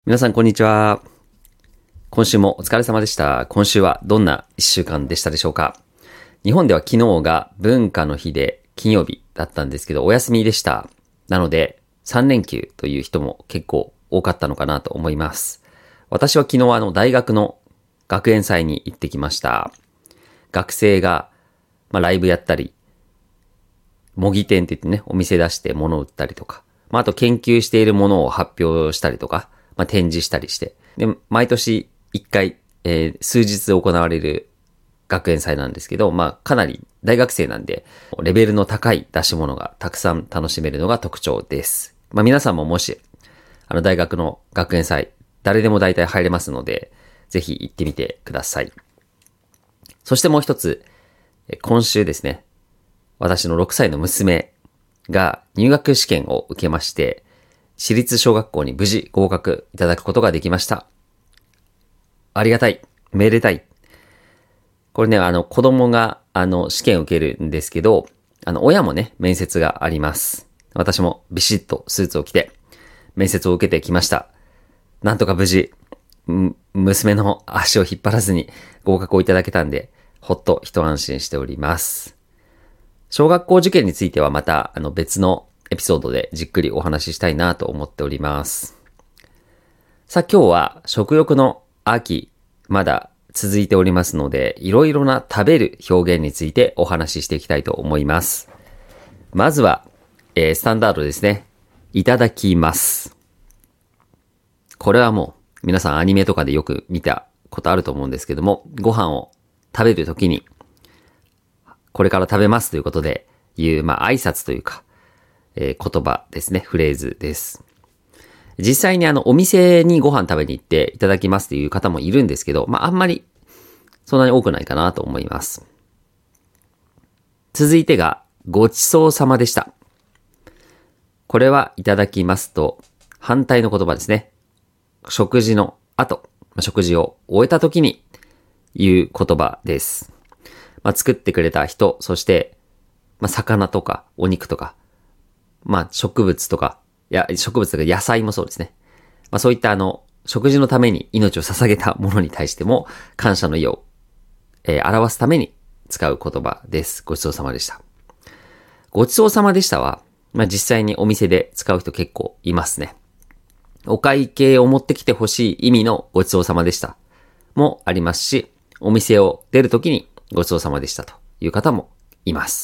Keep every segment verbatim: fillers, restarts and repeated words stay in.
皆さん、こんにちは。今週もお疲れ様でした。今週はどんな一週間でしたでしょうか。日本では昨日が文化の日で金曜日だったんですけど、お休みでした。なので、さん連休という人も結構多かったのかなと思います。私は昨日あの大学の学園祭に行ってきました。学生が、まあ、ライブやったり、模擬店って言ってね、お店出して物を売ったりとか、まあ、あと研究しているものを発表したりとか、まあ、展示したりして。で、毎年一回、えー、数日行われる学園祭なんですけど、まあ、かなり大学生なんで、レベルの高い出し物がたくさん楽しめるのが特徴です。まあ、皆さんももし、あの、大学の学園祭、誰でも大体入れますので、ぜひ行ってみてください。そしてもう一つ、今週ですね、私のろくさいの娘が入学試験を受けまして、私立小学校に無事合格いただくことができました。ありがたい。めでたい。これね、あの、子供が、あの、試験を受けるんですけど、あの、親もね、面接があります。私もビシッとスーツを着て、面接を受けてきました。なんとか無事、娘の足を引っ張らずに合格をいただけたんで、ほっと一安心しております。小学校受験についてはまた、あの、別のエピソードでじっくりお話ししたいなと思っております。さあ今日は食欲の秋、まだ続いておりますので、いろいろな食べる表現についてお話ししていきたいと思います。まずは、えー、スタンダードですね。いただきます。これはもう皆さんアニメとかでよく見たことあると思うんですけども、ご飯を食べるときに、これから食べますということで言う、まあ挨拶というか、えー、言葉ですね、フレーズです。実際にあのお店にご飯食べに行っていただきますという方もいるんですけど、まああんまりそんなに多くないかなと思います。続いてがごちそうさまでした。これはいただきますと反対の言葉ですね。食事の後、食事を終えた時に言う言葉です。まあ、作ってくれた人、そして、まあ、魚とかお肉とか、まあ植物とか、いや、植物とか野菜もそうですね。まあそういったあの、食事のために命を捧げたものに対しても、感謝の意を、えー、表すために使う言葉です。ごちそうさまでした。ごちそうさまでしたは、まあ実際にお店で使う人結構いますね。お会計を持ってきてほしい意味のごちそうさまでしたもありますし、お店を出るときにごちそうさまでしたという方もいます。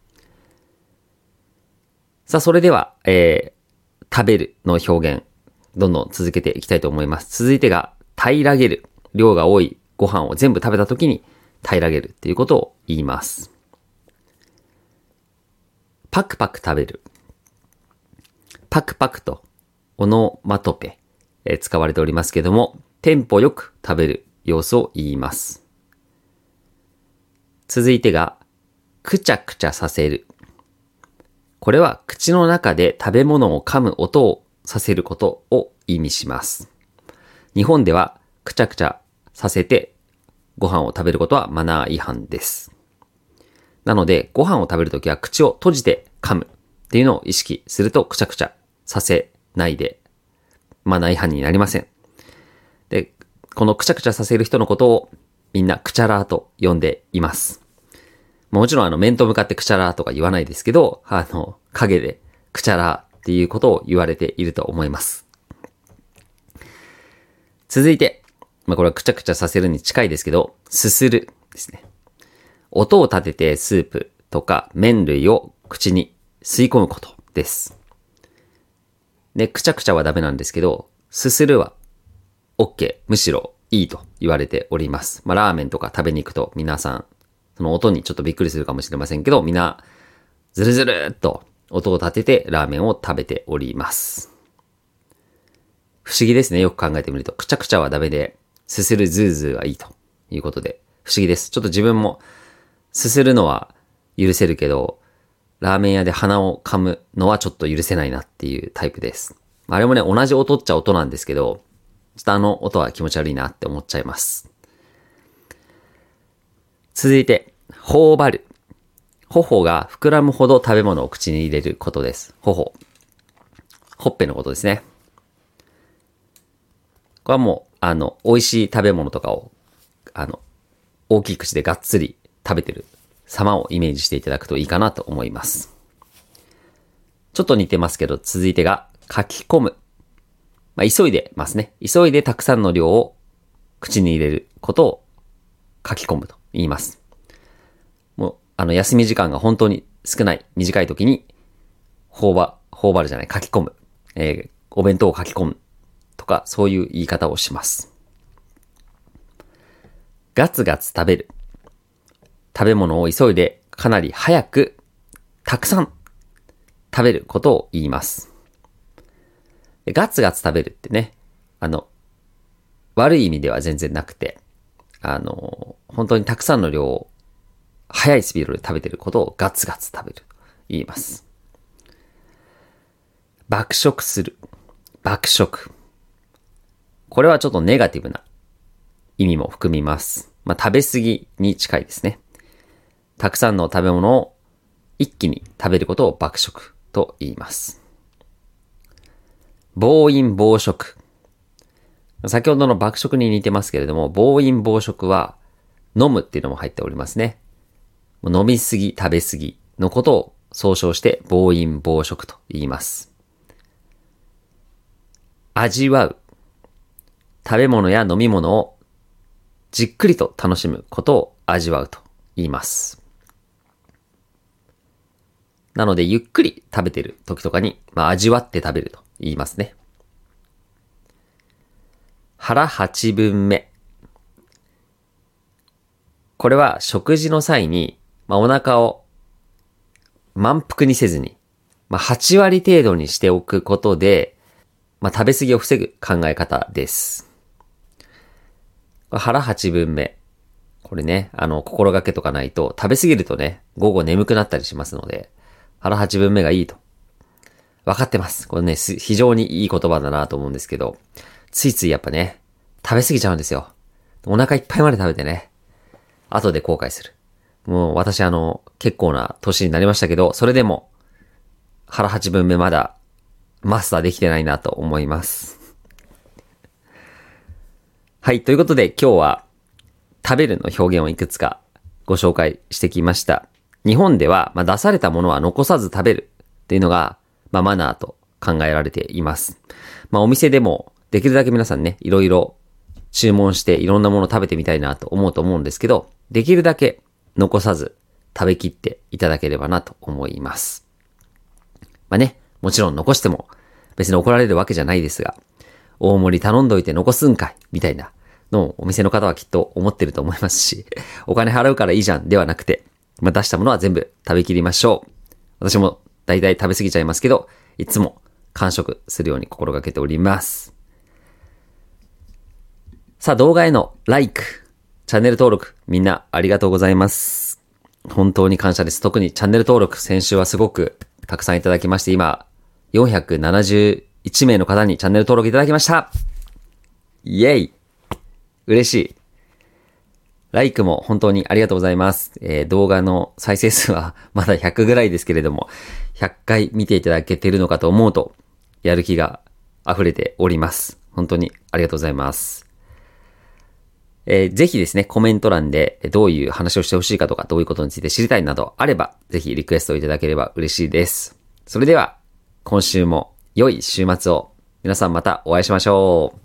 さあ、それでは、えー、食べるの表現、どんどん続けていきたいと思います。続いてが、平らげる。量が多いご飯を全部食べたときに平らげるっていうことを言います。パクパク食べる。パクパクとオノマトペ、えー、使われておりますけども、テンポよく食べる様子を言います。続いてが、くちゃくちゃさせる。これは口の中で食べ物を噛む音をさせることを意味します。日本ではくちゃくちゃさせてご飯を食べることはマナー違反です。なのでご飯を食べるときは口を閉じて噛むっていうのを意識するとくちゃくちゃさせないでマナー違反になりません。で、このくちゃくちゃさせる人のことをみんなくちゃらーと呼んでいます。もちろんあの面と向かってくちゃらーとか言わないですけど、あの影でくちゃらーっていうことを言われていると思います。続いて、まあこれはくちゃくちゃさせるに近いですけど、すするですね。音を立ててスープとか麺類を口に吸い込むことです。で、くちゃくちゃはダメなんですけど、すするは OK、むしろいいと言われております。まあラーメンとか食べに行くと皆さん、その音にちょっとびっくりするかもしれませんけど、みんな、ずるずるっと音を立ててラーメンを食べております。不思議ですね。よく考えてみると。くちゃくちゃはダメで、すするズーズーはいいということで、不思議です。ちょっと自分も、すするのは許せるけど、ラーメン屋で鼻を噛むのはちょっと許せないなっていうタイプです。あれもね、同じ音っちゃ音なんですけど、ちょっとあの音は気持ち悪いなって思っちゃいます。続いて、頬張る。頬が膨らむほど食べ物を口に入れることです。頬。ほっぺのことですね。 これはもう、あの、美味しい食べ物とかを、あの、大きい口でがっつり食べてる様をイメージしていただくといいかなと思います。ちょっと似てますけど、続いてが書き込む。まあ、急いでますね。急いでたくさんの量を口に入れることを書き込むと言います。もう、あの、休み時間が本当に少ない、短い時に、頬張、頬張るじゃない、書き込む。えー、お弁当を書き込む。とか、そういう言い方をします。ガツガツ食べる。食べ物を急いで、かなり早く、たくさん食べることを言います。ガツガツ食べるってね、あの、悪い意味では全然なくて、あの、本当にたくさんの量を速いスピードで食べてることをガツガツ食べると言います。爆食する。爆食。これはちょっとネガティブな意味も含みます。まあ、食べ過ぎに近いですね。たくさんの食べ物を一気に食べることを爆食と言います。暴飲暴食。先ほどの爆食に似てますけれども、暴飲暴食は飲むっていうのも入っておりますね。飲みすぎ、食べすぎのことを総称して暴飲暴食と言います。味わう。食べ物や飲み物をじっくりと楽しむことを味わうと言います。なので、ゆっくり食べてる時とかに、まあ、味わって食べると言いますね。腹八分目。これは食事の際に、まあ、お腹を満腹にせずに、まあ、はち割程度にしておくことで、まあ、食べ過ぎを防ぐ考え方です。腹八分目。これね、あの、心がけとかないと、食べ過ぎるとね、午後眠くなったりしますので、腹八分目がいいと。わかってます。これね、非常にいい言葉だなと思うんですけど、ついついやっぱね、食べ過ぎちゃうんですよ。お腹いっぱいまで食べてね、後で後悔する。もう私あの、結構な年になりましたけど、それでも、腹八分目まだ、マスターできてないなと思います。はい、ということで今日は食べるの表現をいくつかご紹介してきました。日本では、まあ、出されたものは残さず食べるっていうのが、まあ、マナーと考えられています。まあ、お店でもできるだけ皆さんね、いろいろ注文していろんなもの食べてみたいなと思うと思うんですけど、できるだけ残さず食べきっていただければなと思います。まあね、もちろん残しても別に怒られるわけじゃないですが、大盛り頼んどいて残すんかいみたいなのをお店の方はきっと思ってると思いますし、お金払うからいいじゃんではなくて、まあ、出したものは全部食べきりましょう。私も大体食べ過ぎちゃいますけど、いつも完食するように心がけております。さあ、動画への like、チャンネル登録、みんなありがとうございます。本当に感謝です。特にチャンネル登録、先週はすごくたくさんいただきまして、今、よんひゃくななじゅういち名の方にチャンネル登録いただきました。イェイ！嬉しい。like も本当にありがとうございます。えー、動画の再生数はまだひゃくぐらいですけれども、ひゃっかい見ていただけてるのかと思うと、やる気が溢れております。本当にありがとうございます。えー、ぜひですね、コメント欄でどういう話をしてほしいかとか、どういうことについて知りたいなどあれば、ぜひリクエストをいただければ嬉しいです。それでは、今週も良い週末を。皆さんまたお会いしましょう。